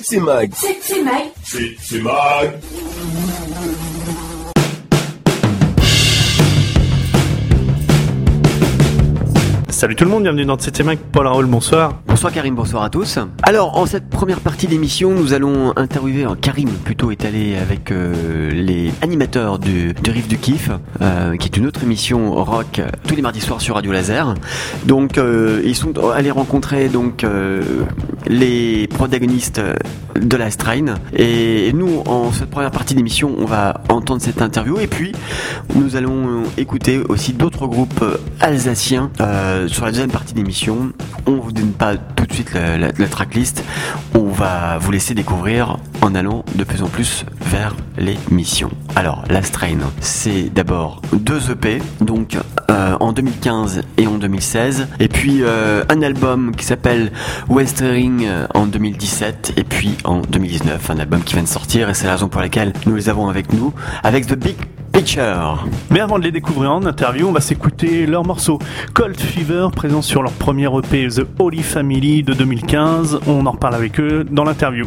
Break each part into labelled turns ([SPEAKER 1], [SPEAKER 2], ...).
[SPEAKER 1] C'est Mag. C'est Mag. C'est Mag.
[SPEAKER 2] Salut tout le monde, bienvenue dans C'est Mag. Paul Raoul, bonsoir.
[SPEAKER 3] Bonsoir Karim, bonsoir à tous. Alors en cette première partie d'émission, nous allons interviewer, Karim plutôt est allé avec les animateurs du Riff du Kiff, qui est une autre émission rock tous les mardis soirs sur Radio Laser. Donc ils sont allés rencontrer donc les protagonistes de la Strain, et nous en cette première partie d'émission on va entendre cette interview, et puis nous allons écouter aussi d'autres groupes alsaciens sur la deuxième partie d'émission. On vous donne pas tout de suite la tracklist, on va vous laisser découvrir en allant de plus en plus vers l'émission. Alors la Strain, c'est d'abord 2 EP, donc en 2015 et en 2016, et puis un album qui s'appelle Westering en 2017, et puis en 2019 un album qui vient de sortir, et c'est la raison pour laquelle nous les avons avec nous, avec The Big Picture.
[SPEAKER 2] Mais avant de les découvrir en interview, on va s'écouter leur morceau Cold Fever, présent sur leur premier EP The Holy Family de 2015. On en reparle avec eux dans l'interview.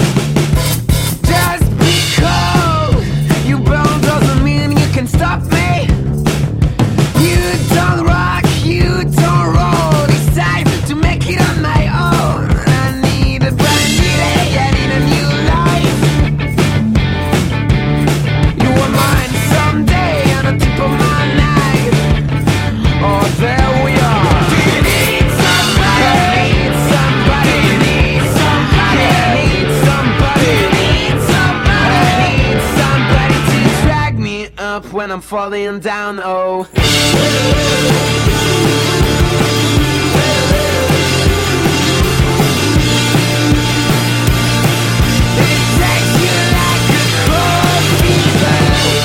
[SPEAKER 4] Just because you burn doesn't mean you can stop me. You don't rock, you don't roll. It's time to make it on my own. I need a brand new day, I need a new life. You were mine someday on the tip of my knife. Oh, there we are. Do you need somebody? Need somebody? Need somebody? Need somebody? Need somebody? Need somebody to drag me up when I'm falling down. Oh. It takes you like a cold fever.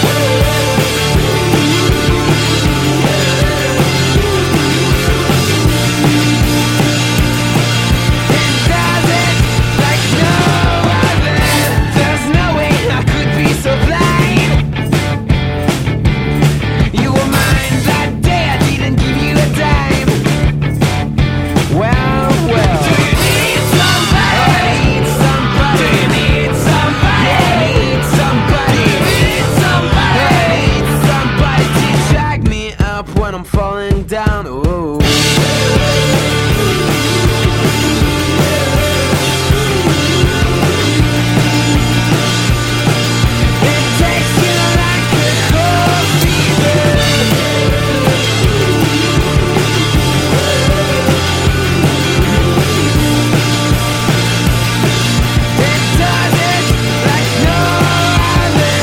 [SPEAKER 4] It does it like no other. There's no way I could be so blind. You were mine that day, I didn't give you a dime. Well, well. Do you need somebody? I need somebody. Do you need somebody? I need somebody. Need somebody. I need somebody to drag me up when I'm falling down. Oh. It takes you like a cold fever. It does it like no other.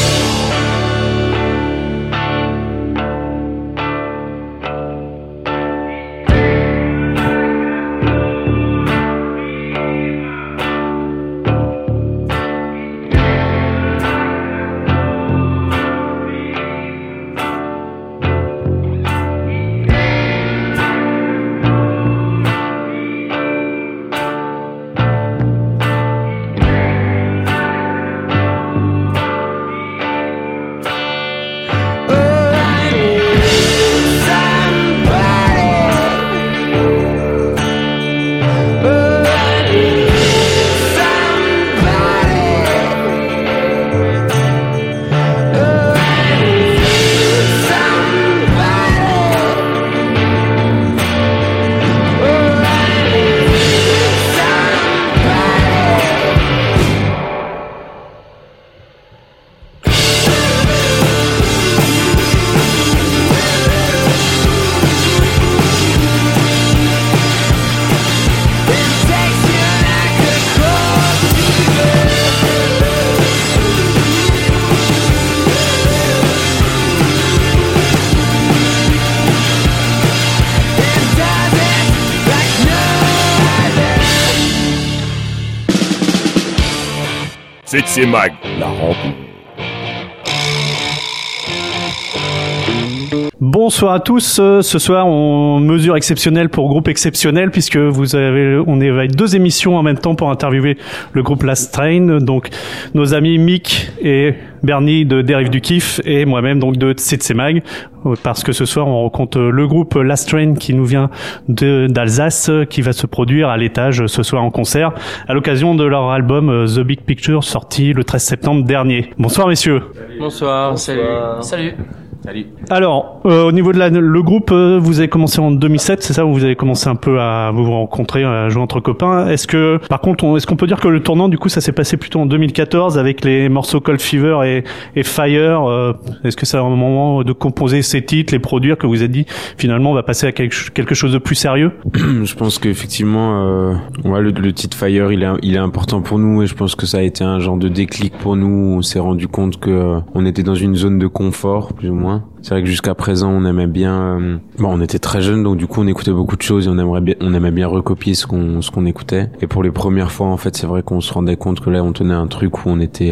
[SPEAKER 1] C'est Mag. La rencontre.
[SPEAKER 2] Bonsoir à tous. Ce soir, on mesure exceptionnelle pour groupe exceptionnel puisque on est avec 2 émissions en même temps pour interviewer le groupe Last Train. Donc, nos amis Mick et Bernie de Dérive du Kiff et moi-même donc de CC Mag. Parce que ce soir, on rencontre le groupe Last Train qui nous vient d'Alsace, qui va se produire à l'Étage ce soir en concert à l'occasion de leur album The Big Picture sorti le 13 septembre dernier. Bonsoir messieurs.
[SPEAKER 5] Bonsoir. Salut.
[SPEAKER 2] Alors, au niveau de le groupe, vous avez commencé en 2007, c'est ça, où vous avez commencé un peu à vous rencontrer, à jouer entre copains. Est-ce qu'on peut dire que le tournant, du coup, ça s'est passé plutôt en 2014 avec les morceaux Cold Fever et Fire? Est-ce que c'est un moment de composer ces titres, les produire, que vous avez dit, finalement, on va passer à quelque chose de plus sérieux?
[SPEAKER 6] Je pense qu'effectivement, le titre Fire, il est important pour nous, et je pense que ça a été un genre de déclic pour nous. On s'est rendu compte que on était dans une zone de confort, plus ou moins. C'est vrai que jusqu'à présent, on aimait bien. On était très jeunes, donc du coup, on écoutait beaucoup de choses et on aimait bien recopier ce qu'on écoutait. Et pour les premières fois, en fait, c'est vrai qu'on se rendait compte que là, on tenait un truc où on était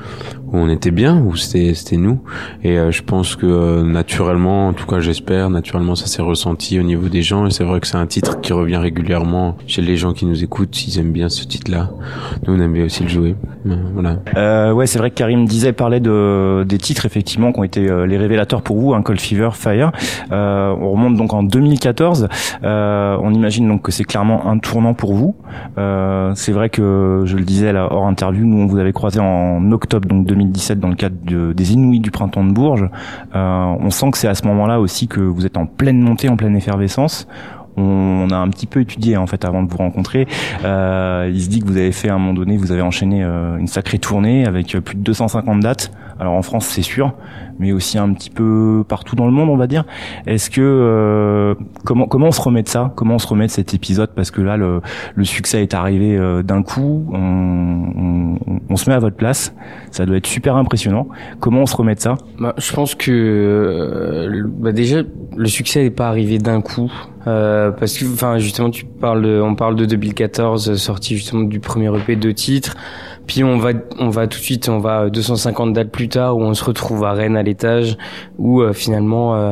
[SPEAKER 6] bien, où c'était nous. Et je pense que naturellement, en tout cas, j'espère, naturellement, ça s'est ressenti au niveau des gens. Et c'est vrai que c'est un titre qui revient régulièrement chez les gens qui nous écoutent. Ils aiment bien ce titre-là. Nous, on aime bien aussi le jouer. Voilà.
[SPEAKER 7] Ouais, c'est vrai que Karim parlait des titres effectivement qui ont été les révélateurs pour vous, Cold Fever, Fire. On remonte donc en 2014. On imagine donc que c'est clairement un tournant pour vous. C'est vrai que je le disais là hors interview, nous on vous avait croisé en octobre donc 2017 dans le cadre des Inouïs du printemps de Bourges. On sent que c'est à ce moment-là aussi que vous êtes en pleine montée, en pleine effervescence. On a un petit peu étudié en fait avant de vous rencontrer. Il se dit que vous avez fait à un moment donné, vous avez enchaîné une sacrée tournée avec plus de 250 dates. Alors en France c'est sûr, mais aussi un petit peu partout dans le monde on va dire. Est-ce que comment on se remet de ça? Comment on se remet de cet épisode? Parce que là le succès est arrivé d'un coup. On se met à votre place. Ça doit être super impressionnant. Comment on se remet de ça?
[SPEAKER 5] Je pense que déjà le succès n'est pas arrivé d'un coup. Parce que justement on parle de 2014, sortie justement du premier EP, 2 titres, puis on va tout de suite 250 dates plus tard où on se retrouve à Rennes à l'Étage où finalement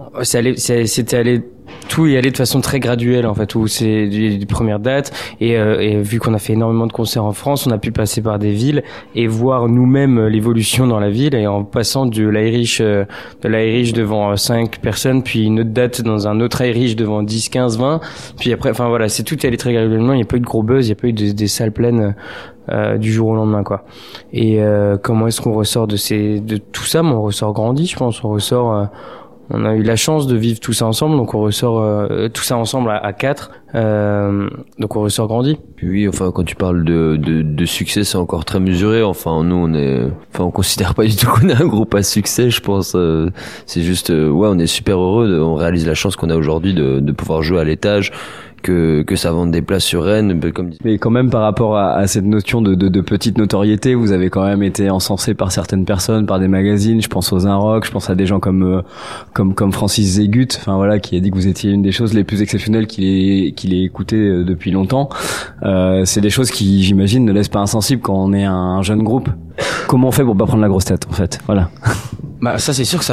[SPEAKER 5] tout y allait de façon très graduelle en fait, où c'est les premières dates et vu qu'on a fait énormément de concerts en France, on a pu passer par des villes et voir nous-mêmes l'évolution dans la ville, et en passant de l'Irish devant 5 personnes, puis une autre date dans un autre Irish devant 10, 15, 20, puis après c'est tout allé très graduellement. Il n'y a pas eu de gros buzz, il n'y a pas eu des salles pleines du jour au lendemain quoi. Et comment est-ce qu'on ressort de tout ça? On ressort grandi, je pense. On a eu la chance de vivre tout ça ensemble, donc on ressort tout ça ensemble à 4, donc on ressort grandi.
[SPEAKER 8] Puis oui, quand tu parles de succès, c'est encore très mesuré. Nous on considère pas du tout qu'on est un groupe à succès, je pense. C'est juste, on est super heureux, on réalise la chance qu'on a aujourd'hui de pouvoir jouer à l'Étage, que ça vende des places sur Rennes, comme dit.
[SPEAKER 9] Mais quand même, par rapport à cette notion de petite notoriété, vous avez quand même été encensé par certaines personnes, par des magazines. Je pense aux Un Rock, je pense à des gens comme Francis Zégut, qui a dit que vous étiez une des choses les plus exceptionnelles qu'il ait écoutées depuis longtemps. C'est des choses qui, j'imagine, ne laissent pas insensible quand on est un jeune groupe. Comment on fait pour pas prendre la grosse tête, en fait? Voilà.
[SPEAKER 5] Ça c'est sûr que ça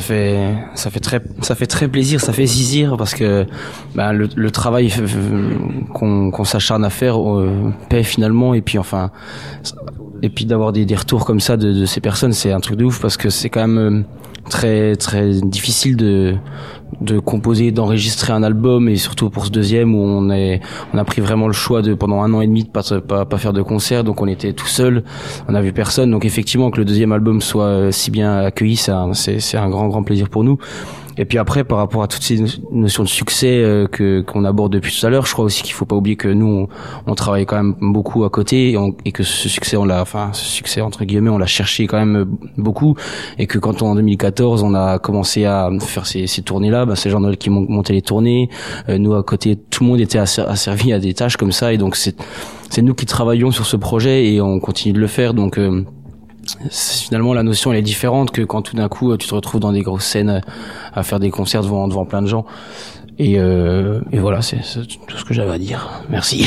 [SPEAKER 5] fait très plaisir, ça fait zizir, parce que le travail qu'on s'acharne à faire paie finalement, et puis d'avoir des retours comme ça de ces personnes, c'est un truc de ouf, parce que c'est quand même très très difficile de composer, d'enregistrer un album, et surtout pour ce deuxième où on a pris vraiment le choix pendant 1 an et demi de pas faire de concert, donc on était tout seul, on a vu personne, donc effectivement que le deuxième album soit si bien accueilli, c'est un grand plaisir pour nous. Et puis après, par rapport à toutes ces notions de succès qu'on aborde depuis tout à l'heure, je crois aussi qu'il faut pas oublier que nous on travaille quand même beaucoup à côté, et que ce succès ce succès entre guillemets, on l'a cherché quand même beaucoup, et que quand en 2014 on a commencé à faire ces tournées-là, c'est Jean-Noël qui montait les tournées, nous à côté tout le monde était asservi à des tâches comme ça, et donc c'est nous qui travaillons sur ce projet et on continue de le faire, donc finalement la notion elle est différente que quand tout d'un coup tu te retrouves dans des grosses scènes à faire des concerts devant plein de gens, et voilà, c'est tout ce que j'avais à dire. Merci.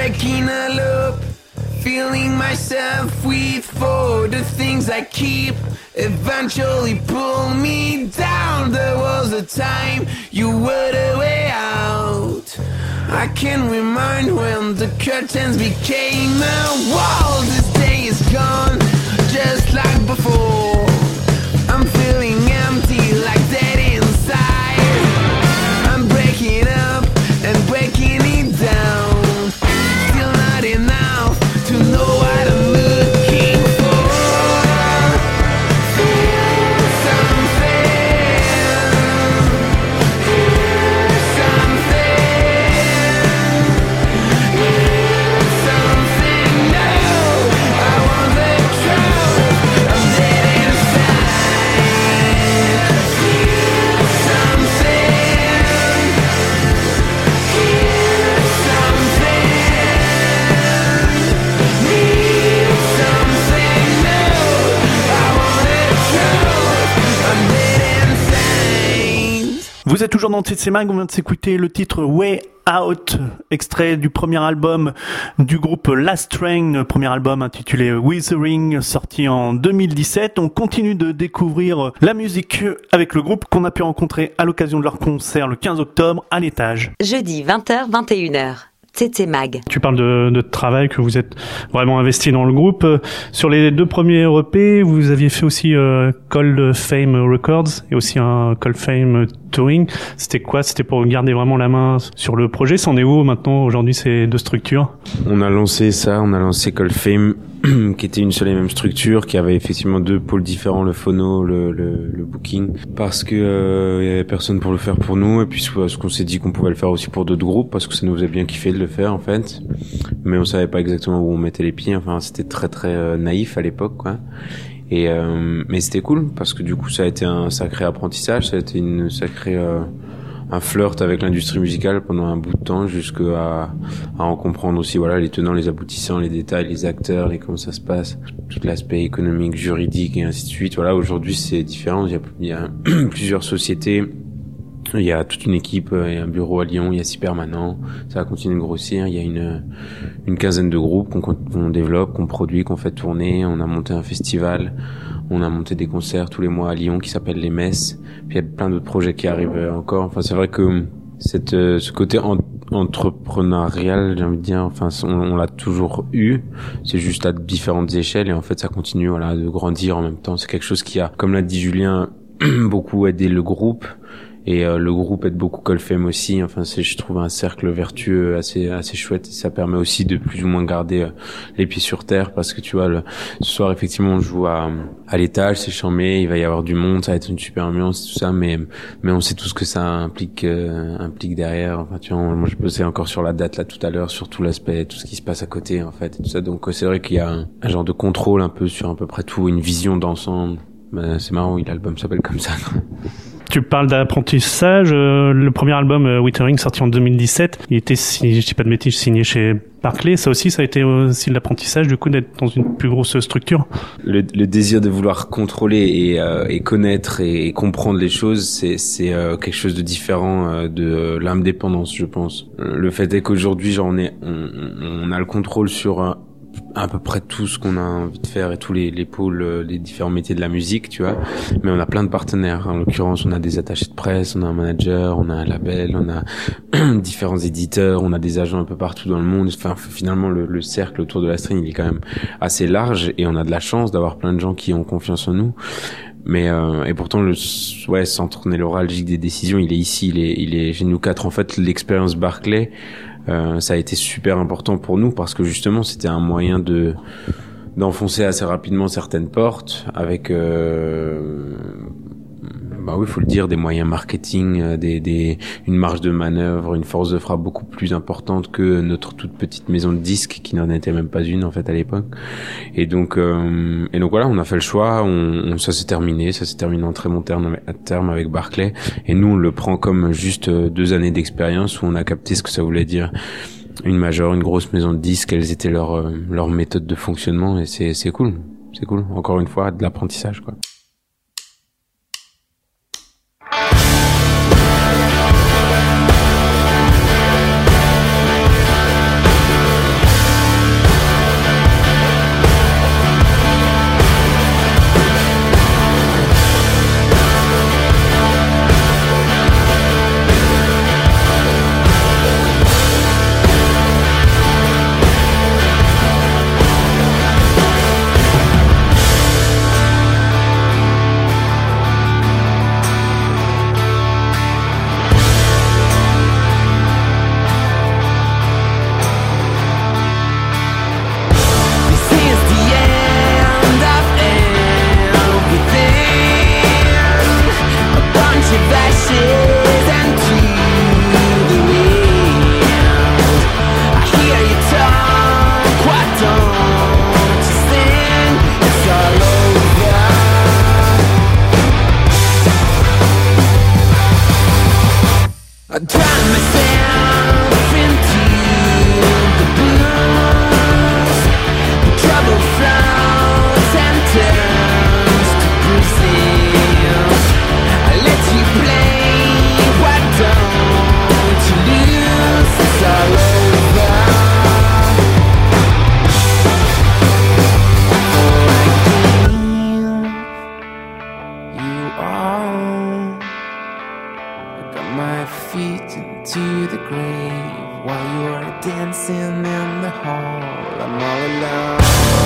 [SPEAKER 4] breaking a loop, feeling myself weak for the things I keep. Eventually pull me down. There was a time you were the way out. I can remind when the curtains became a wall. This day is gone, just like before. I'm feeling empty, like dead inside. I'm breaking up and breaking it down. Still not enough to know what I'm looking for. Feel something, hear something new. I want the truth, I'm dead inside. Feel something, hear something, need something new. I want the truth, I'm dead inside.
[SPEAKER 2] Vous êtes toujours dans TC Mag, on vient de s'écouter le titre Way Out, extrait du premier album du groupe Last Train, premier album intitulé Withering, sorti en 2017. On continue de découvrir la musique avec le groupe qu'on a pu rencontrer à l'occasion de leur concert le 15 octobre à l'Étage.
[SPEAKER 10] Jeudi 20h, 21h. TC Mag.
[SPEAKER 2] Tu parles de travail, que vous êtes vraiment investi dans le groupe. Sur les deux premiers EP, vous aviez fait aussi Cold Fame Records et aussi un Cold Fame Touring. C'était quoi? C'était pour garder vraiment la main sur le projet. C'en est où maintenant aujourd'hui ces deux structures?
[SPEAKER 6] On a lancé Cold Fame, qui était une seule et même structure, qui avait effectivement deux pôles différents, le phono, le booking, parce que y avait personne pour le faire pour nous, et puis parce qu'on s'est dit qu'on pouvait le faire aussi pour d'autres groupes, parce que ça nous faisait bien kiffer de le faire en fait, mais on savait pas exactement où on mettait les pieds. Enfin, c'était très très naïf à l'époque, quoi. Et mais c'était cool parce que du coup ça a été un sacré apprentissage, ça a été une sacrée un flirt avec l'industrie musicale pendant un bout de temps, jusqu'à en comprendre aussi, voilà, les tenants, les aboutissants, les détails, les acteurs, comment ça se passe, tout l'aspect économique, juridique et ainsi de suite. Voilà, aujourd'hui c'est différent, il y a plusieurs sociétés. Il y a toute une équipe, il y a un bureau à Lyon, il y a 6 permanents, ça va continuer de grossir, il y a une quinzaine de groupes qu'on développe, qu'on produit, qu'on fait tourner, on a monté un festival, on a monté des concerts tous les mois à Lyon qui s'appellent les Messes, puis il y a plein d'autres projets qui arrivent encore. Enfin, c'est vrai que ce côté entrepreneurial, j'ai envie de dire, enfin, on l'a toujours eu, c'est juste à différentes échelles, et en fait ça continue, voilà, de grandir en même temps. C'est quelque chose qui a, comme l'a dit Julien, beaucoup aidé le groupe. Et le groupe aide beaucoup Cold Fame aussi. Enfin, c'est, je trouve, un cercle vertueux assez chouette. Ça permet aussi de plus ou moins garder les pieds sur terre, parce que tu vois, ce soir effectivement on joue à l'Étage, c'est charmé, il va y avoir du monde, ça va être une super ambiance, tout ça, mais on sait tout ce que ça implique derrière. Enfin, tu vois, moi je bossais encore sur la date là tout à l'heure, sur tout l'aspect, tout ce qui se passe à côté en fait, et tout ça. Donc c'est vrai qu'il y a un genre de contrôle un peu sur à peu près tout, une vision d'ensemble. C'est marrant, l'album s'appelle comme ça.
[SPEAKER 2] Tu parles d'apprentissage. Le premier album, Withering, sorti en 2017, il était, si je dis pas de bêtises, signé chez Barclay. Ça aussi, ça a été aussi de l'apprentissage, du coup, d'être dans une plus grosse structure.
[SPEAKER 6] Le désir de vouloir contrôler et connaître et comprendre les choses, c'est quelque chose de différent de l'indépendance, je pense. Le fait est qu'aujourd'hui, genre, on a le contrôle sur à peu près tout ce qu'on a envie de faire et tous les pôles, les différents métiers de la musique, tu vois. Mais on a plein de partenaires. En l'occurrence, on a des attachés de presse, on a un manager, on a un label, on a différents éditeurs, on a des agents un peu partout dans le monde. Enfin, finalement, le cercle autour de la stream, il est quand même assez large, et on a de la chance d'avoir plein de gens qui ont confiance en nous. Mais et pourtant le centre névralgique des décisions, il est ici, il est chez nous quatre. En fait, l'expérience Barclay, ça a été super important pour nous, parce que justement c'était un moyen d'enfoncer assez rapidement certaines portes avec oui, faut le dire, des moyens marketing, une marge de manœuvre, une force de frappe beaucoup plus importante que notre toute petite maison de disques, qui n'en était même pas une en fait à l'époque. Et donc voilà, on a fait le choix, ça s'est terminé en très bon terme avec Barclay, et nous on le prend comme juste 2 années d'expérience où on a capté ce que ça voulait dire une major, une grosse maison de disques, quelles étaient leurs méthodes de fonctionnement, et c'est cool, encore une fois, de l'apprentissage, quoi.
[SPEAKER 4] hall, I'm all alone.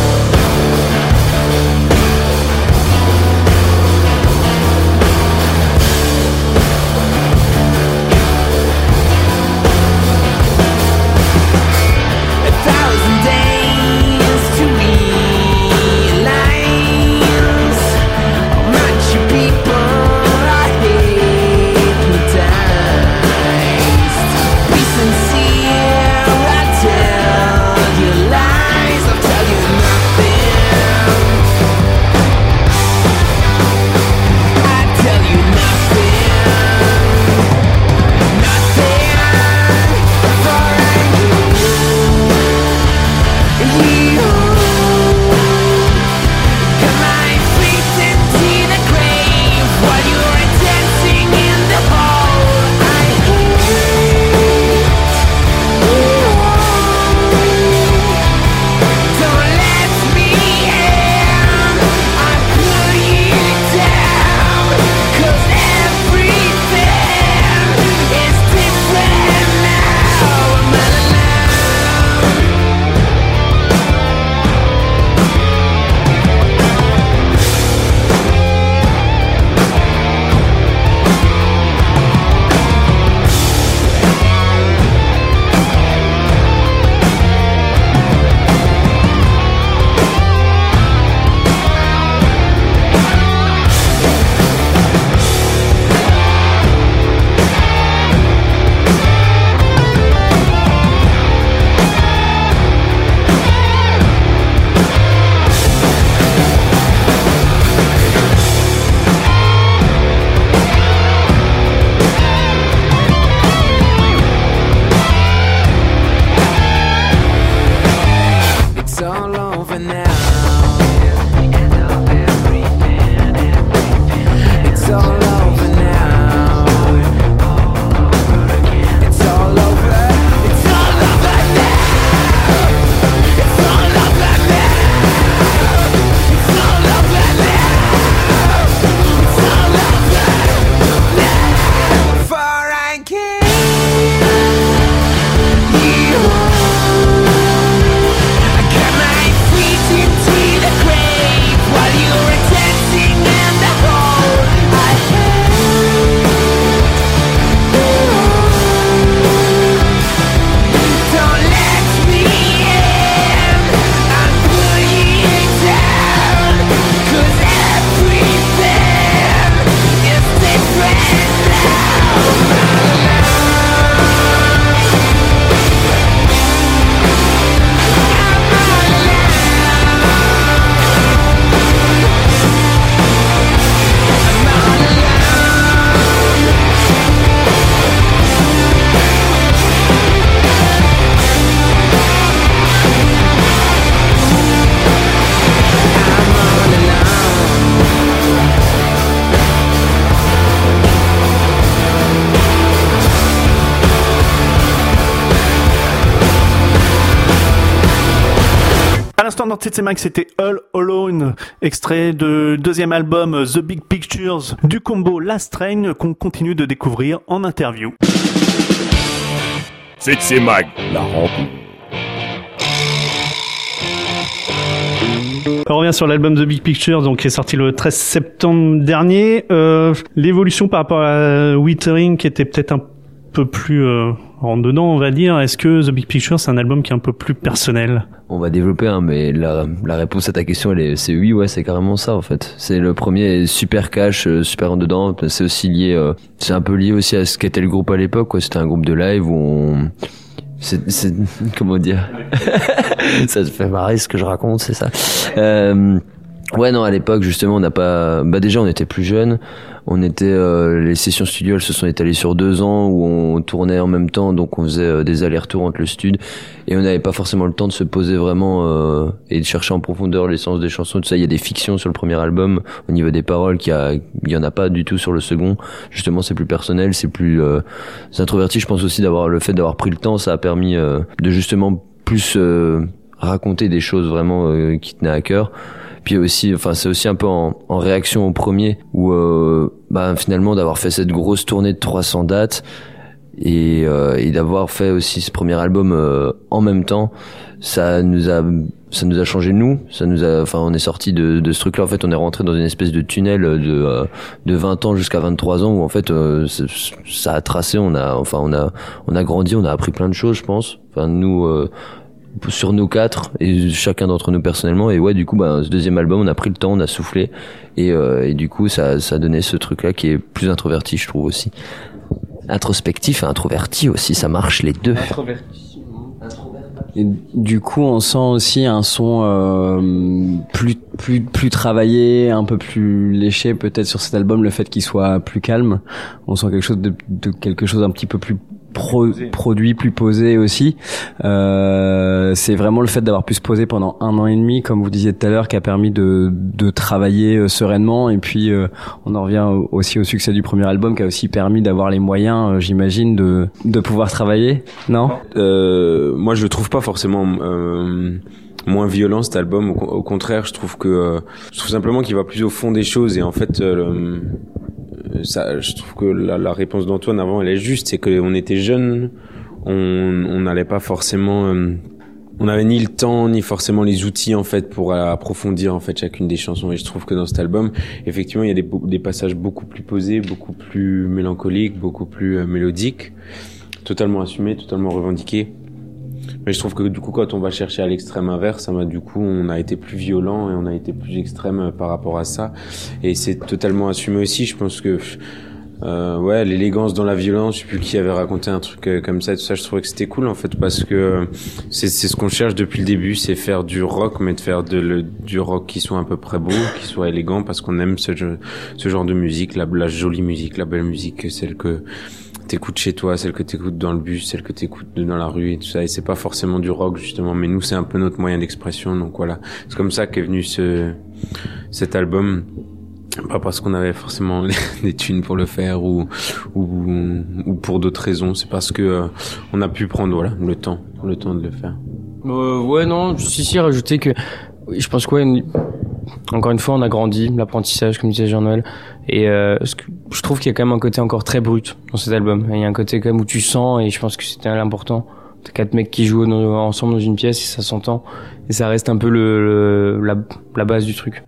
[SPEAKER 2] À l'instant dans Tsetse Mag, c'était All Alone, extrait de deuxième album The Big Pictures du combo Last Train qu'on continue de découvrir en interview.
[SPEAKER 1] Tsetse Mag, la rencontre.
[SPEAKER 2] On revient sur l'album The Big Picture, donc qui est sorti le 13 septembre dernier. L'évolution par rapport à Withering qui était peut-être un peu plus en dedans, on va dire. Est-ce que The Big Picture c'est un album qui est un peu plus personnel?
[SPEAKER 8] On va développer, hein, mais la réponse à ta question, c'est oui, ouais, c'est carrément ça en fait. C'est le premier super cash, super en dedans. C'est aussi lié, c'est un peu lié aussi à ce qu'était le groupe à l'époque, quoi. C'était un groupe de live où c'est comment dire ça te fait marrer ce que je raconte, c'est ça. Ouais, non, à l'époque justement on n'a pas, déjà on était plus jeunes, on était les sessions studio elles se sont étalées sur 2 ans où on tournait en même temps, donc on faisait des allers-retours entre le stud et on n'avait pas forcément le temps de se poser vraiment et de chercher en profondeur l'essence des chansons, tout ça. Il y a des fictions sur le premier album au niveau des paroles il y en a pas du tout sur le second. Justement c'est plus personnel, c'est plus introverti. Je pense aussi le fait d'avoir pris le temps, ça a permis de justement plus raconter des choses vraiment qui tenaient à cœur. Puis aussi, enfin c'est aussi un peu en réaction au premier où finalement d'avoir fait cette grosse tournée de 300 dates, et d'avoir fait aussi ce premier album en même temps, ça nous a changé nous, on est sorti de ce truc-là. En fait, on est rentré dans une espèce de tunnel de 20 ans jusqu'à 23 ans où en fait ça a tracé. On a grandi, on a appris plein de choses, je pense. Enfin nous sur nous 4 et chacun d'entre nous personnellement. Et ouais, du coup, ce deuxième album, on a pris le temps, on a soufflé et du coup, ça donnait ce truc-là qui est plus introverti, je trouve aussi. Introspectif et introverti aussi, ça marche les deux.
[SPEAKER 9] Et du coup, on sent aussi un son plus travaillé, un peu plus léché peut-être sur cet album, le fait qu'il soit plus calme. On sent quelque chose un petit peu plus produit, plus posé aussi. C'est vraiment le fait d'avoir pu se poser pendant 1 an et demi, comme vous disiez tout à l'heure, qui a permis de travailler sereinement. Et puis on en revient aussi au succès du premier album, qui a aussi permis d'avoir les moyens, j'imagine, de pouvoir travailler. Non
[SPEAKER 6] moi, je le trouve pas forcément moins violent cet album. Au contraire, je trouve simplement qu'il va plus au fond des choses. Et en fait, je trouve que la réponse d'Antoine avant, elle est juste. C'est qu'on était jeunes, on n'allait pas forcément, on n'avait ni le temps ni forcément les outils en fait pour approfondir en fait chacune des chansons. Et je trouve que dans cet album, effectivement, il y a des passages beaucoup plus posés, beaucoup plus mélancoliques, beaucoup plus mélodiques, totalement assumés, totalement revendiqués. Mais je trouve que du coup, quand on va chercher à l'extrême inverse, du coup, on a été plus violent et on a été plus extrême par rapport à ça. Et c'est totalement assumé aussi. Je pense que l'élégance dans la violence, je sais plus qui avait raconté un truc comme ça, tout ça, je trouvais que c'était cool en fait, parce que c'est ce qu'on cherche depuis le début, c'est faire du rock, mais de faire du rock qui soit à peu près beau, qui soit élégant, parce qu'on aime ce genre de musique, la jolie musique, la belle musique, celle que t'écoutes chez toi, celle que t'écoutes dans le bus, celle que t'écoutes dans la rue et tout ça. Et c'est pas forcément du rock justement, mais nous c'est un peu notre moyen d'expression. Donc voilà, c'est comme ça qu'est venu cet album. Pas parce qu'on avait forcément des thunes pour le faire ou pour d'autres raisons. C'est parce que on a pu prendre le temps de le faire.
[SPEAKER 5] Rajouter que je pense encore une fois, on a grandi, l'apprentissage, comme disait Jean-Noël, et je trouve qu'il y a quand même un côté encore très brut dans cet album. Il y a un côté quand même où tu sens, et je pense que c'était important. T'as 4 mecs qui jouent ensemble dans une pièce et ça s'entend, et ça reste un peu la base du truc.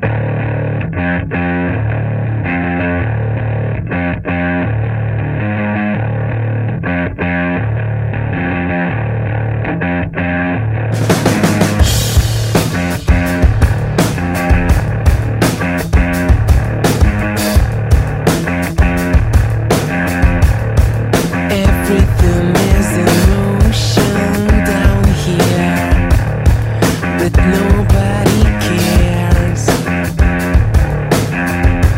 [SPEAKER 4] Nobody cares.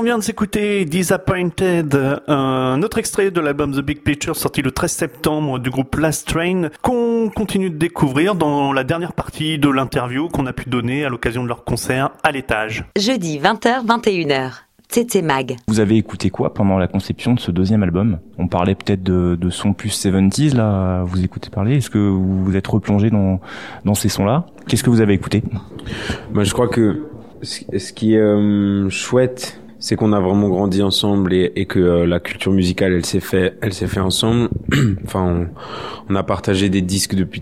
[SPEAKER 11] vient de s'écouter Disappointed, un autre extrait de l'album The Big Picture sorti le 13 septembre du groupe Last Train, qu'on continue de découvrir dans la dernière partie de l'interview qu'on a pu donner à l'occasion de leur concert à l'étage.
[SPEAKER 10] Jeudi 20h, 21h. Tsetse Mag.
[SPEAKER 7] Vous avez écouté quoi pendant la conception de ce deuxième album? On parlait peut-être de sons plus 70s, là, vous écoutez parler. Est-ce que vous vous êtes replongé dans ces sons-là? Qu'est-ce que vous avez écouté?
[SPEAKER 6] Moi, je crois que ce qui est chouette, c'est qu'on a vraiment grandi ensemble et que la culture musicale, elle s'est fait ensemble. Enfin, on a partagé des disques depuis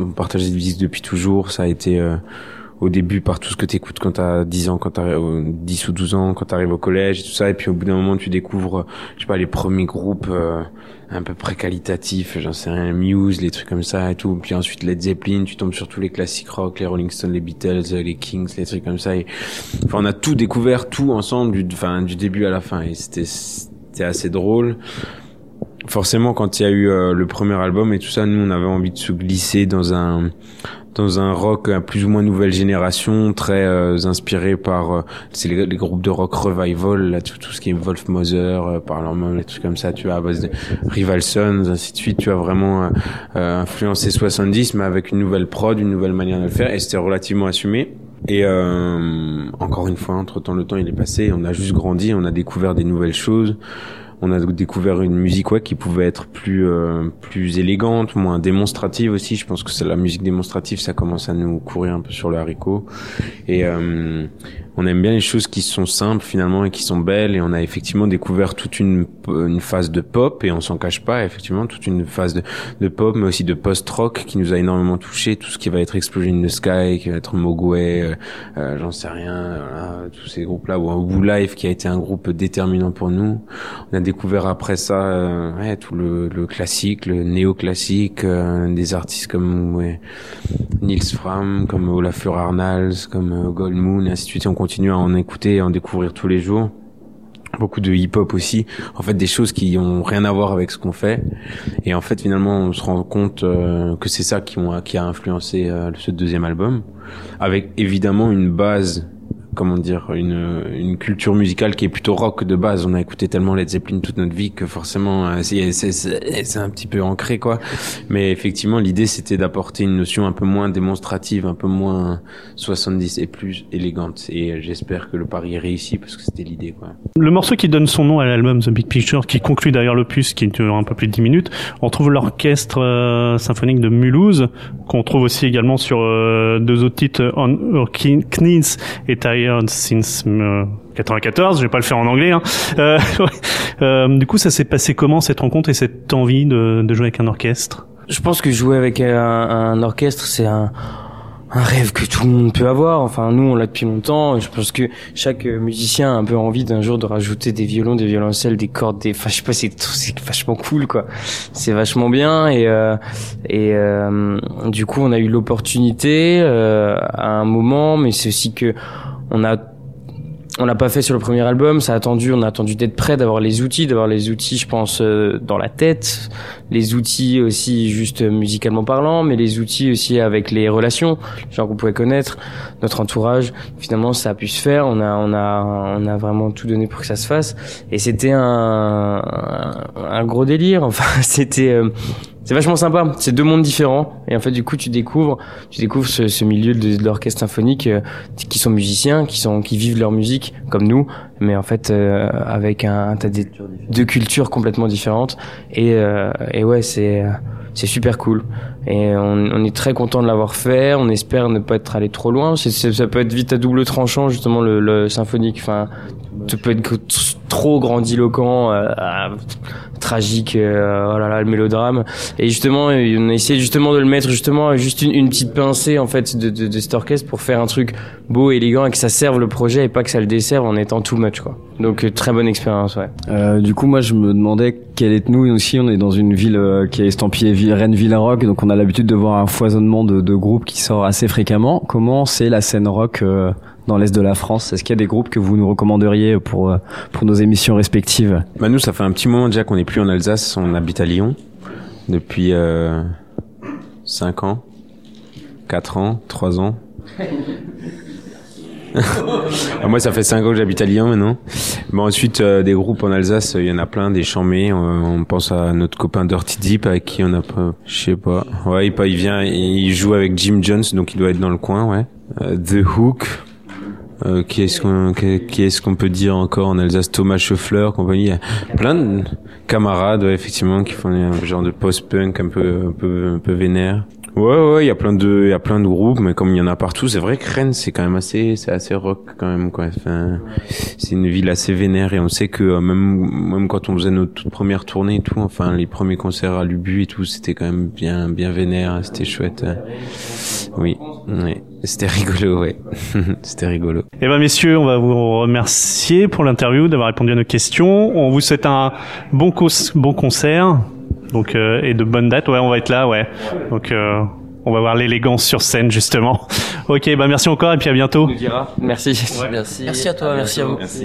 [SPEAKER 6] toujours. Ça a été au début par tout ce que t'écoutes quand t'as 10 ans, quand t'arrives 10 ou 12 ans, quand t'arrives au collège et tout ça. Et puis au bout d'un moment, tu découvres, je sais pas, les premiers groupes à peu près qualitatifs, j'en sais rien, Muse, les trucs comme ça et tout. Puis ensuite Led Zeppelin, tu tombes sur tous les classiques rock, les Rolling Stones, les Beatles, les Kings, les trucs comme ça. Et, enfin, on a tout découvert, tout ensemble, du début à la fin. Et c'était assez drôle. Forcément, quand il y a eu le premier album et tout ça, nous, on avait envie de se glisser dans un rock plus ou moins nouvelle génération, très inspiré par c'est les groupes de rock revival, là, tout ce qui est Wolf Mother, Parlement, les trucs comme ça, tu vois, à base de Rival Sons, ainsi de suite, tu as vraiment influencé 70, mais avec une nouvelle prod, une nouvelle manière de le faire, et c'était relativement assumé. Et encore une fois, entre-temps, le temps il est passé, on a juste grandi, on a découvert des nouvelles choses. On a découvert une musique qui pouvait être plus élégante, moins démonstrative aussi. Je pense que c'est la musique démonstrative, ça commence à nous courir un peu sur le haricot. Et on aime bien les choses qui sont simples finalement et qui sont belles. Et on a effectivement découvert toute une phase de pop, et on s'en cache pas, effectivement, toute une phase de pop, mais aussi de post-rock qui nous a énormément touché. Tout ce qui va être Explosion in the Sky, qui va être Mogwai, j'en sais rien, voilà, tous ces groupes-là, ou Wu Life qui a été un groupe déterminant pour nous. On a découvert après ça tout le classique, le néo-classique, des artistes comme Nils Fram, comme Olafur Arnalds, comme Gold Moon, et ainsi de suite. On continue à en écouter et à en découvrir tous les jours. Beaucoup de hip-hop aussi, en fait des choses qui ont rien à voir avec ce qu'on fait, et en fait finalement on se rend compte que c'est ça qui a influencé ce deuxième album, avec évidemment une base, comment dire, une culture musicale qui est plutôt rock de base. On a écouté tellement Led Zeppelin toute notre vie que forcément c'est un petit peu ancré, quoi. Mais effectivement l'idée c'était d'apporter une notion un peu moins démonstrative, un peu moins 70 et plus élégante, et j'espère que le pari est réussi parce que c'était l'idée, quoi.
[SPEAKER 2] Le morceau qui donne son nom à l'album The Big Picture, qui conclut d'ailleurs l'opus, qui dure un peu plus de 10 minutes, on trouve l'orchestre symphonique de Mulhouse, qu'on trouve aussi également sur deux autres titres, On Our Knees et Tired Since 94, je vais pas le faire en anglais, hein. Du coup, ça s'est passé comment, cette rencontre et cette envie de jouer avec un orchestre?
[SPEAKER 5] Je pense que jouer avec un orchestre, c'est un rêve que tout le monde peut avoir. Enfin, nous, on l'a depuis longtemps. Je pense que chaque musicien a un peu envie d'un jour de rajouter des violons, des violoncelles, des cordes, enfin, je sais pas, c'est vachement cool, quoi. C'est vachement bien, et du coup, on a eu l'opportunité, à un moment, mais c'est aussi que on l'a pas fait sur le premier album, on a attendu d'être prêt, d'avoir les outils, je pense, dans la tête, les outils aussi juste musicalement parlant, mais les outils aussi avec les relations, les gens qu'on pouvait connaître, notre entourage. Finalement, ça a pu se faire, on a vraiment tout donné pour que ça se fasse, et c'était un gros délire, enfin, c'est vachement sympa, c'est deux mondes différents, et en fait du coup tu découvres ce milieu de l'orchestre symphonique, qui sont musiciens, qui vivent leur musique comme nous, mais en fait avec un tas de cultures complètement différentes, et ouais, c'est super cool, et on est très content de l'avoir fait. On espère ne pas être allé trop loin. Ça peut être vite à double tranchant, justement, le symphonique. Enfin, ça peut être trop grandiloquent, tragique, oh là là, le mélodrame. Et justement, on a essayé justement de le mettre justement juste une petite pincée en fait de cet orchestre pour faire un truc beau, élégant, et que ça serve le projet et pas que ça le desserve en étant too much, quoi. Donc très bonne expérience, ouais.
[SPEAKER 9] Du coup, moi je me demandais quelle est, nous aussi on est dans une ville qui est estampillée Rennes Ville Rock, donc on a l'habitude de voir un foisonnement de groupes qui sort assez fréquemment. Comment c'est la scène rock dans l'est de la France? Est-ce qu'il y a des groupes que vous nous recommanderiez pour nos émissions respectives?
[SPEAKER 6] Bah nous, ça fait un petit moment déjà qu'on n'est plus en Alsace, on habite à Lyon depuis 5 ans, 4 ans, 3 ans. Moi, ça fait 5 ans que j'habite à Lyon maintenant. Bon, ensuite, des groupes en Alsace, il y en a plein, des chambés. On pense à notre copain Dirty Deep, avec qui on a pas, je sais pas. Ouais, il vient, il joue avec Jim Jones, donc il doit être dans le coin, ouais. The Hook. Qui est-ce qu'on peut dire encore en Alsace? Thomas Scheffler, compagnie. Il y a plein de camarades, ouais, effectivement, qui font un genre de post-punk un peu vénère. Ouais, il y a plein de groupes, mais comme il y en a partout, c'est vrai que Rennes, c'est quand même c'est assez rock quand même, quoi. Enfin, c'est une ville assez vénère et on sait que même quand on faisait notre toute première tournée et tout, enfin, les premiers concerts à l'Ubu et tout, c'était quand même bien vénère, c'était chouette. Oui. C'était rigolo, ouais. C'était rigolo.
[SPEAKER 2] Eh ben, messieurs, on va vous remercier pour l'interview, d'avoir répondu à nos questions. On vous souhaite un bon concert. Donc, et de bonnes dates. Ouais, on va être là, ouais. Donc, on va voir l'élégance sur scène, justement. Ok, bah, merci encore et puis à bientôt.
[SPEAKER 5] Merci.
[SPEAKER 3] Ouais.
[SPEAKER 5] Merci à toi, merci à vous.
[SPEAKER 6] Merci.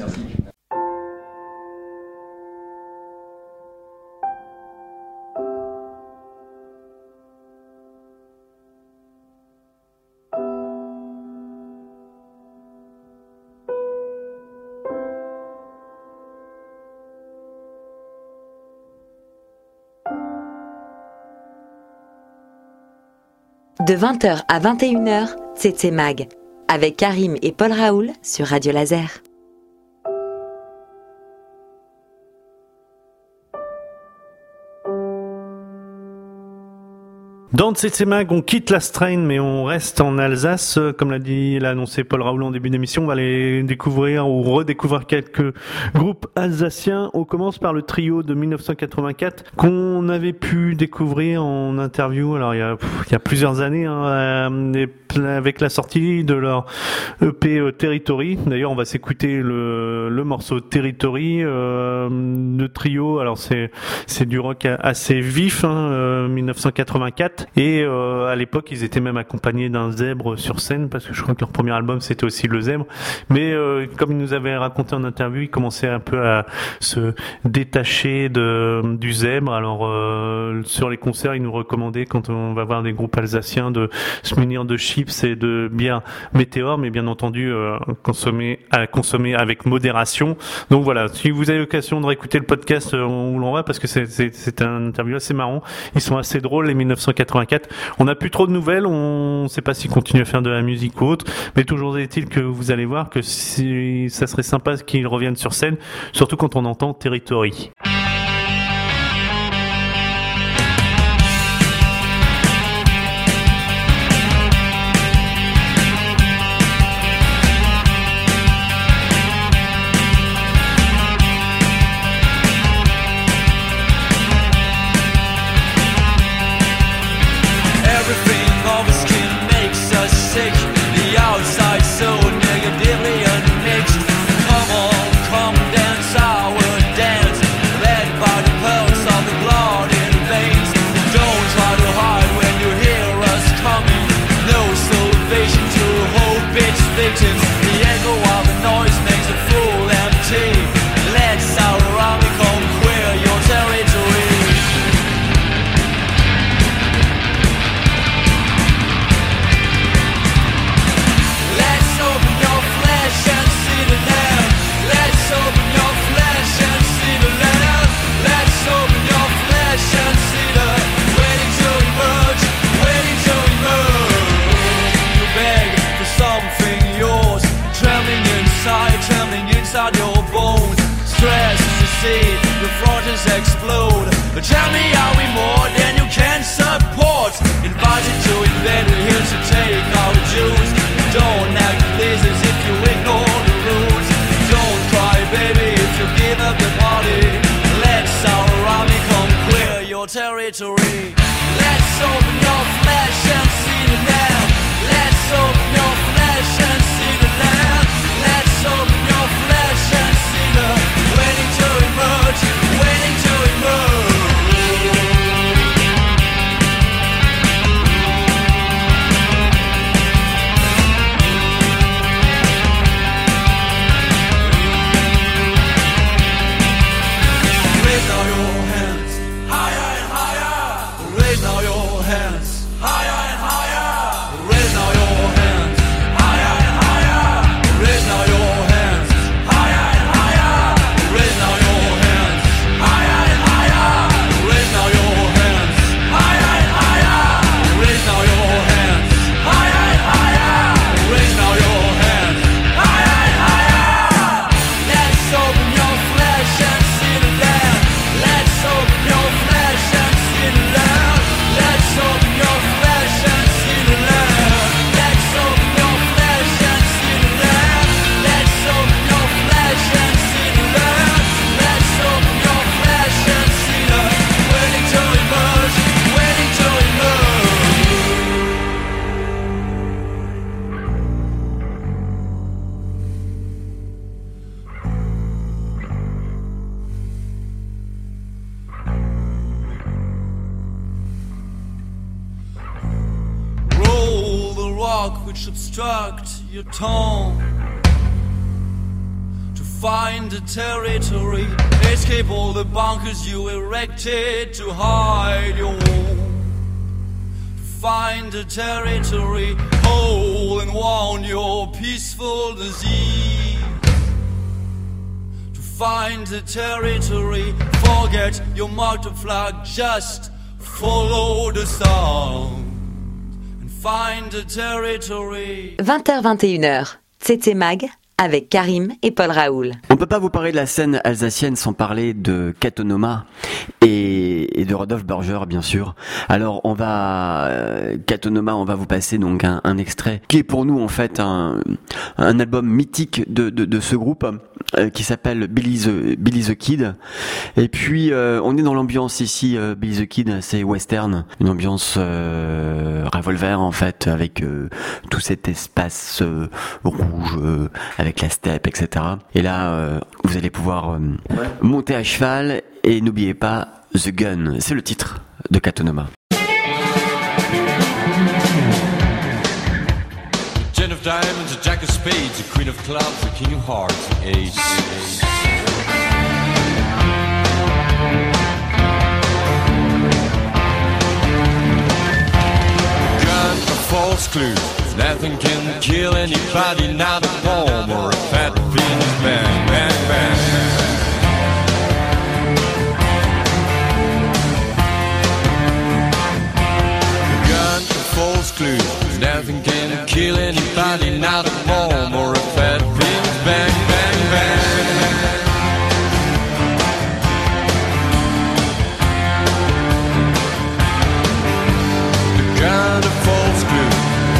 [SPEAKER 10] De 20h à 21h, Tsetse Mag, avec Karim et Paul Raoul sur Radio Laser.
[SPEAKER 11] Dans Tsetse Mag, on quitte la Strain, mais on reste en Alsace. Comme l'a annoncé Paul Raoul en début d'émission, on va aller découvrir ou redécouvrir quelques groupes alsaciens. On commence par le trio de 1984 qu'on avait pu découvrir en interview. Alors il y a plusieurs années, avec la sortie de leur EP Territory. D'ailleurs, on va s'écouter le morceau Territory. Le trio, alors c'est du rock assez vif, 1984. Et à l'époque, ils étaient même accompagnés d'un zèbre sur scène, parce que je crois que leur premier album c'était aussi le zèbre. Mais comme ils nous avaient raconté en interview, ils commençaient un peu à se détacher du zèbre. Alors sur les concerts, ils nous recommandaient, quand on va voir des groupes alsaciens, de se munir de chips et de bière Météor, mais bien entendu consommer avec modération. Donc voilà, si vous avez l'occasion de réécouter le podcast, on vous l'envoie parce que c'est un interview assez marrant. Ils sont assez drôles, les 1984. On n'a plus trop de nouvelles, on ne sait pas s'ils continuent à faire de la musique ou autre, mais toujours est-il que vous allez voir que ça serait sympa qu'ils reviennent sur scène, surtout quand on entend Territory.
[SPEAKER 4] Explode. But tell me, are we more than you can support? Invited to invent it, here to take our dues. Don't act places if you ignore the rules. Don't cry, baby, if you give up the party. Let's our army come clear your territory. Let's open your flesh and see the land. Let's open your flesh and see the land. Let's open your flesh and see the waiting to emerge. Waiting to emerge. Raise now your hands higher and higher. Raise now your hands higher and higher. Raise now your hands higher and higher.
[SPEAKER 12] rock which obstruct your tongue. To find the territory, escape all the bunkers you erected to hide your wound. To find the territory, hole and wound your peaceful disease. To find the territory, forget your martyr flag, just follow the sound and find the territory.
[SPEAKER 10] 20h-21h, Tsetse Mag avec Karim et Paul Raoul.
[SPEAKER 3] On peut pas vous parler de la scène alsacienne sans parler de Katonoma et de Rodolphe Borger, bien sûr. Alors on va Katonoma, on va vous passer donc un extrait qui est pour nous en fait un album mythique de ce groupe qui s'appelle Billy the Kid. Et puis on est dans l'ambiance ici, Billy the Kid, c'est western, une ambiance revolver en fait, avec tout cet espace rouge, avec la steppe, etc. Et là, vous allez pouvoir monter à cheval et n'oubliez pas The Gun, c'est le titre de Katonoma.
[SPEAKER 13] Ten of diamonds, a jack of spades, a queen of clubs, a king of hearts, an ace. Gun, a false clue. Nothing can kill anybody, not a bomb or a fat Venus man. Bang, bang. Gun, a false clue. Nothing can kill anybody, not a bomb or a fat Venus. Bang, bang, bang. The gun, a false clue.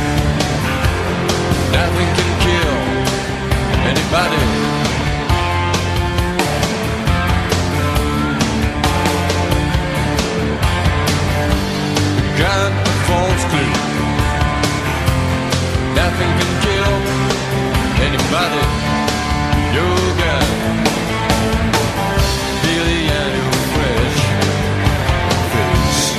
[SPEAKER 13] Nothing can kill anybody. The gun, a false clue. Nothing can kill anybody. Your gun, Billy and your fresh face.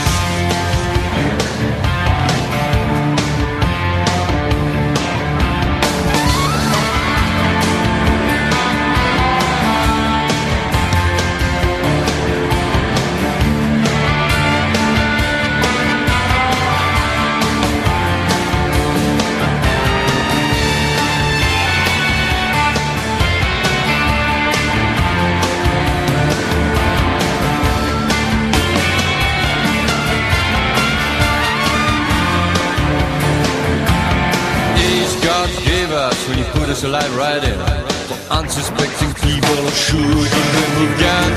[SPEAKER 13] When you put us alive right in for unsuspecting people shooting them with guns.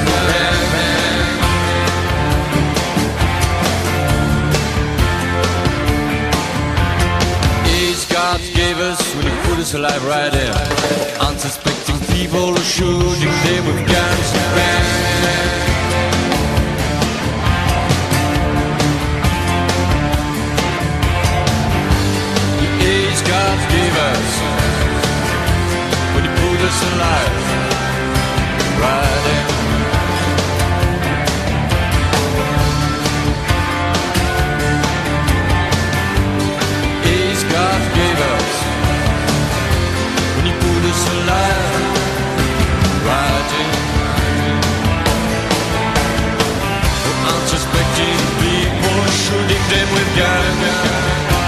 [SPEAKER 13] These gods gave us when you put us alive right in for unsuspecting people shooting them with guns. These gods gave us when you put us alive, right in. These gods gave us when you put us alive, right in. Unsuspecting people shooting them with guns.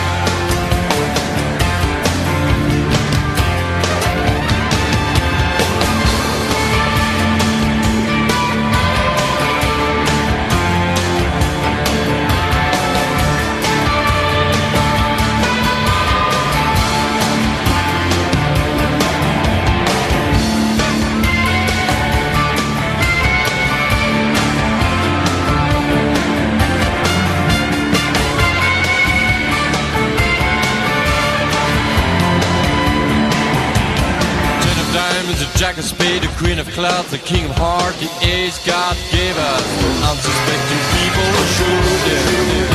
[SPEAKER 13] Jack of spades, the queen of clubs, the king of hearts, the ace God gave us. Unsuspecting people shooting.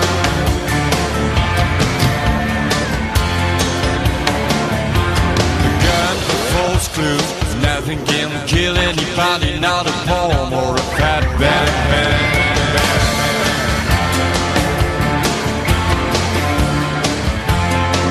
[SPEAKER 13] The gun, a false clue. Nothing can kill anybody, not a bomb or a fat bad man.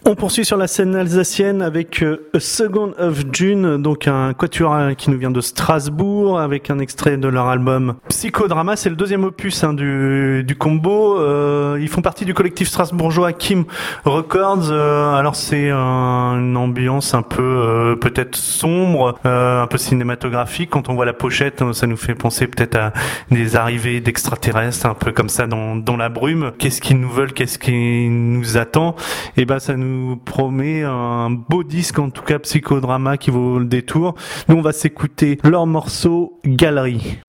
[SPEAKER 11] On poursuit sur la scène alsacienne avec A Second of June, donc un quatuor qui nous vient de Strasbourg, avec un extrait de leur album Psychodrama. C'est le deuxième opus du combo. Ils font partie du collectif strasbourgeois Kim Records. Alors c'est une ambiance un peu peut-être sombre, un peu cinématographique. Quand on voit la pochette, ça nous fait penser peut-être à des arrivées d'extraterrestres, un peu comme ça dans la brume. Qu'est-ce qu'ils nous veulent, qu'est-ce qui nous attend? Et ben ça nous promet un beau disque, en tout cas Psychodrama, qui vaut le détour. Nous on va s'écouter leur morceau Galerie.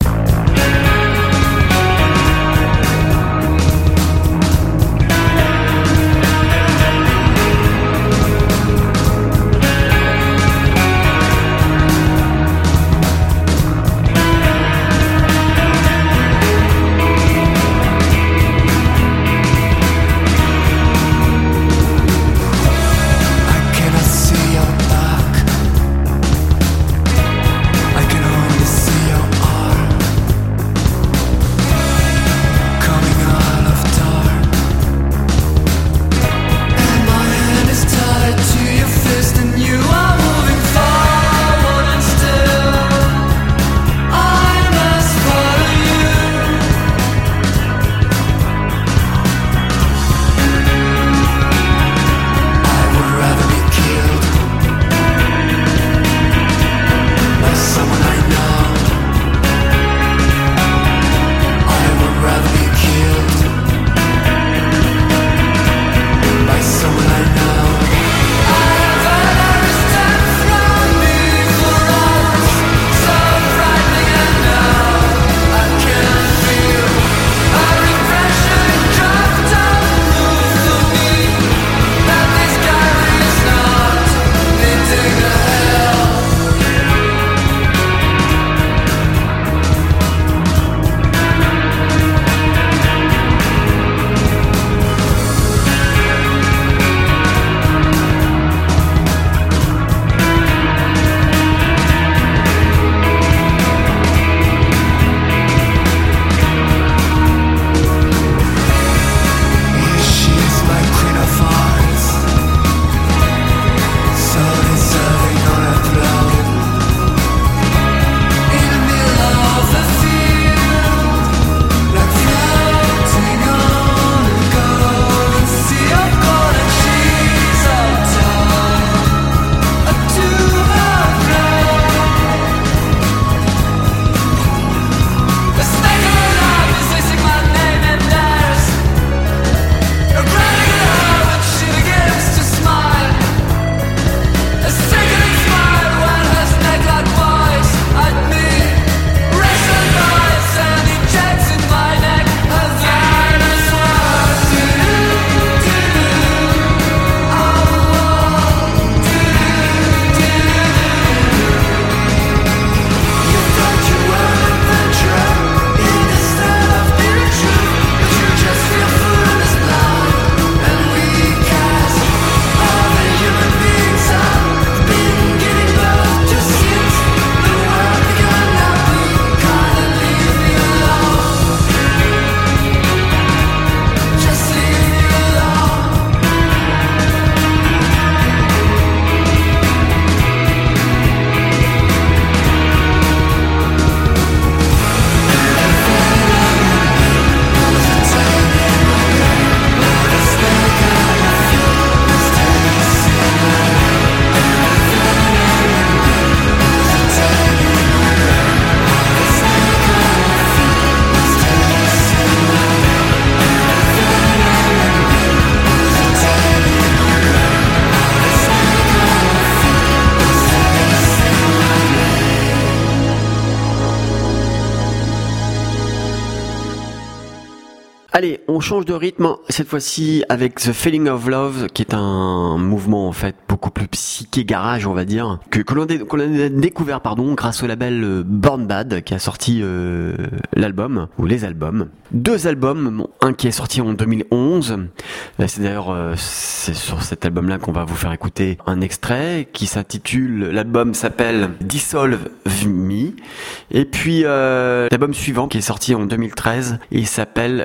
[SPEAKER 3] Allez, on change de rythme, cette fois-ci avec The Feeling of Love, qui est un mouvement en fait beaucoup plus psyché garage, on va dire, que l'on a découvert grâce au label Born Bad, qui a sorti l'album, ou les albums. 2 albums, un qui est sorti en 2011, c'est d'ailleurs c'est sur cet album-là qu'on va vous faire écouter un extrait, qui s'intitule, l'album s'appelle Dissolve Me, et puis l'album suivant qui est sorti en 2013, il s'appelle Rewind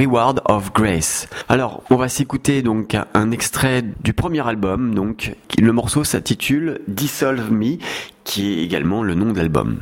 [SPEAKER 3] Reward of Grace. Alors, on va s'écouter donc un extrait du premier album. Donc, le morceau s'intitule Dissolve Me, qui est également le nom de l'album.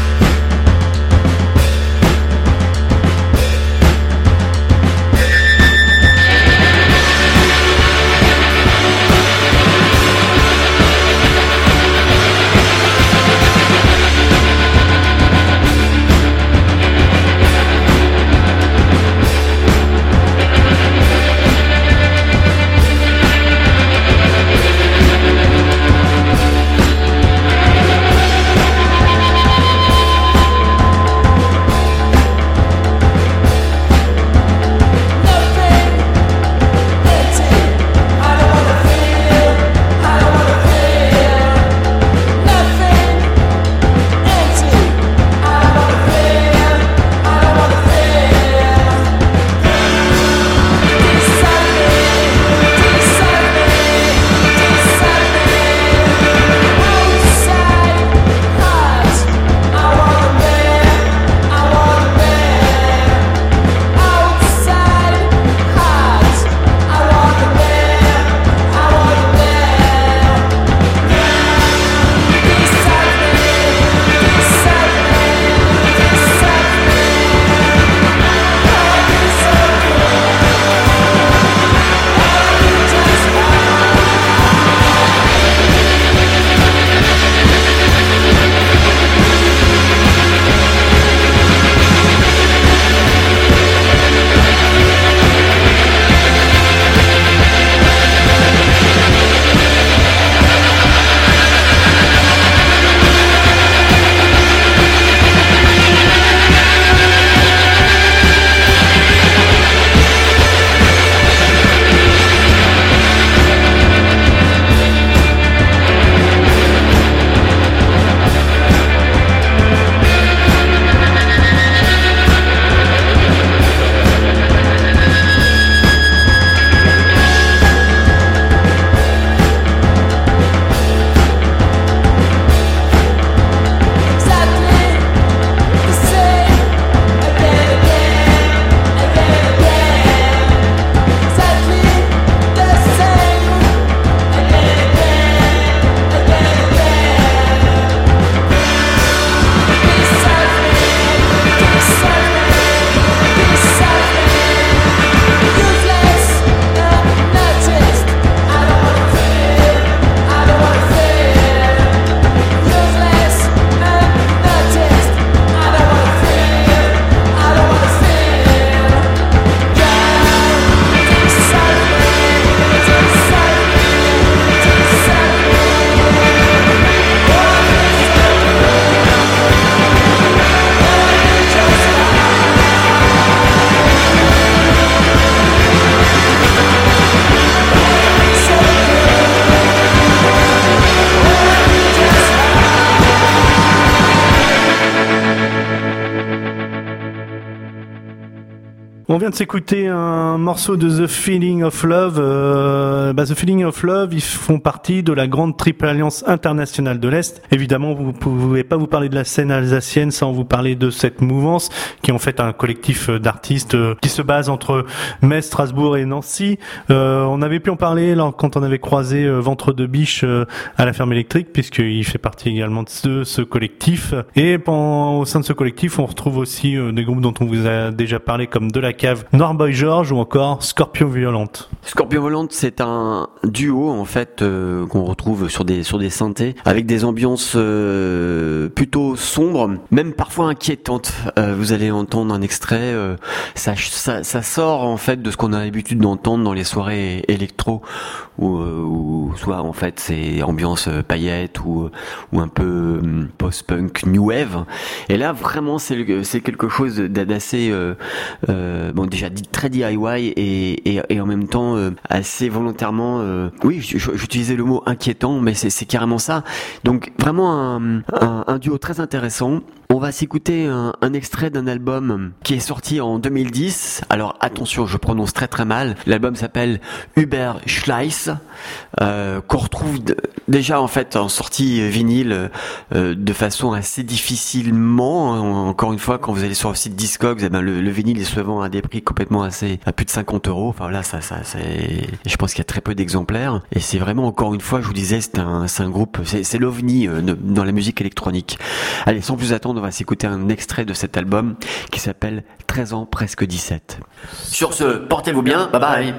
[SPEAKER 11] On vient de s'écouter un morceau de The Feeling of Love. The Feeling of Love, ils font partie de la grande triple alliance internationale de l'Est. Évidemment, vous pouvez pas vous parler de la scène alsacienne sans vous parler de cette mouvance, qui est en fait un collectif d'artistes qui se base entre Metz, Strasbourg et Nancy. On avait pu en parler quand on avait croisé Ventre de Biche à la ferme électrique, puisqu'il fait partie également de ce collectif. Et au sein de ce collectif, on retrouve aussi des groupes dont on vous a déjà parlé, comme De La Cave, Noirboy George ou encore Scorpion Violente.
[SPEAKER 3] Scorpion Violente, c'est un duo en fait qu'on retrouve sur des synthés avec des ambiances plutôt sombres, même parfois inquiétantes. Vous allez entendre un extrait, ça sort en fait de ce qu'on a l'habitude d'entendre dans les soirées électro, où soit en fait c'est ambiance paillettes ou un peu post-punk new wave. Et là vraiment c'est quelque chose d'assez déjà très DIY et en même temps assez volontairement oui, j'utilisais le mot inquiétant, mais c'est carrément ça. Donc vraiment un duo très intéressant. On va s'écouter un extrait d'un album qui est sorti en 2010. Alors attention, je prononce très très mal. L'album s'appelle Überschleiß, qu'on retrouve déjà en fait en sortie vinyle de façon assez difficilement. Encore une fois, quand vous allez sur le site Discogs, eh ben le vinyle est souvent à des prix complètement assez à plus de 50 €. Enfin là, ça c'est. Je pense qu'il y a très peu d'exemplaires. Et c'est vraiment, encore une fois, je vous disais, c'est un groupe, c'est l'OVNI dans la musique électronique. Allez, sans plus attendre, on va s'écouter un extrait de cet album qui s'appelle 13 ans presque 17. Sur ce, portez-vous bien, bye bye.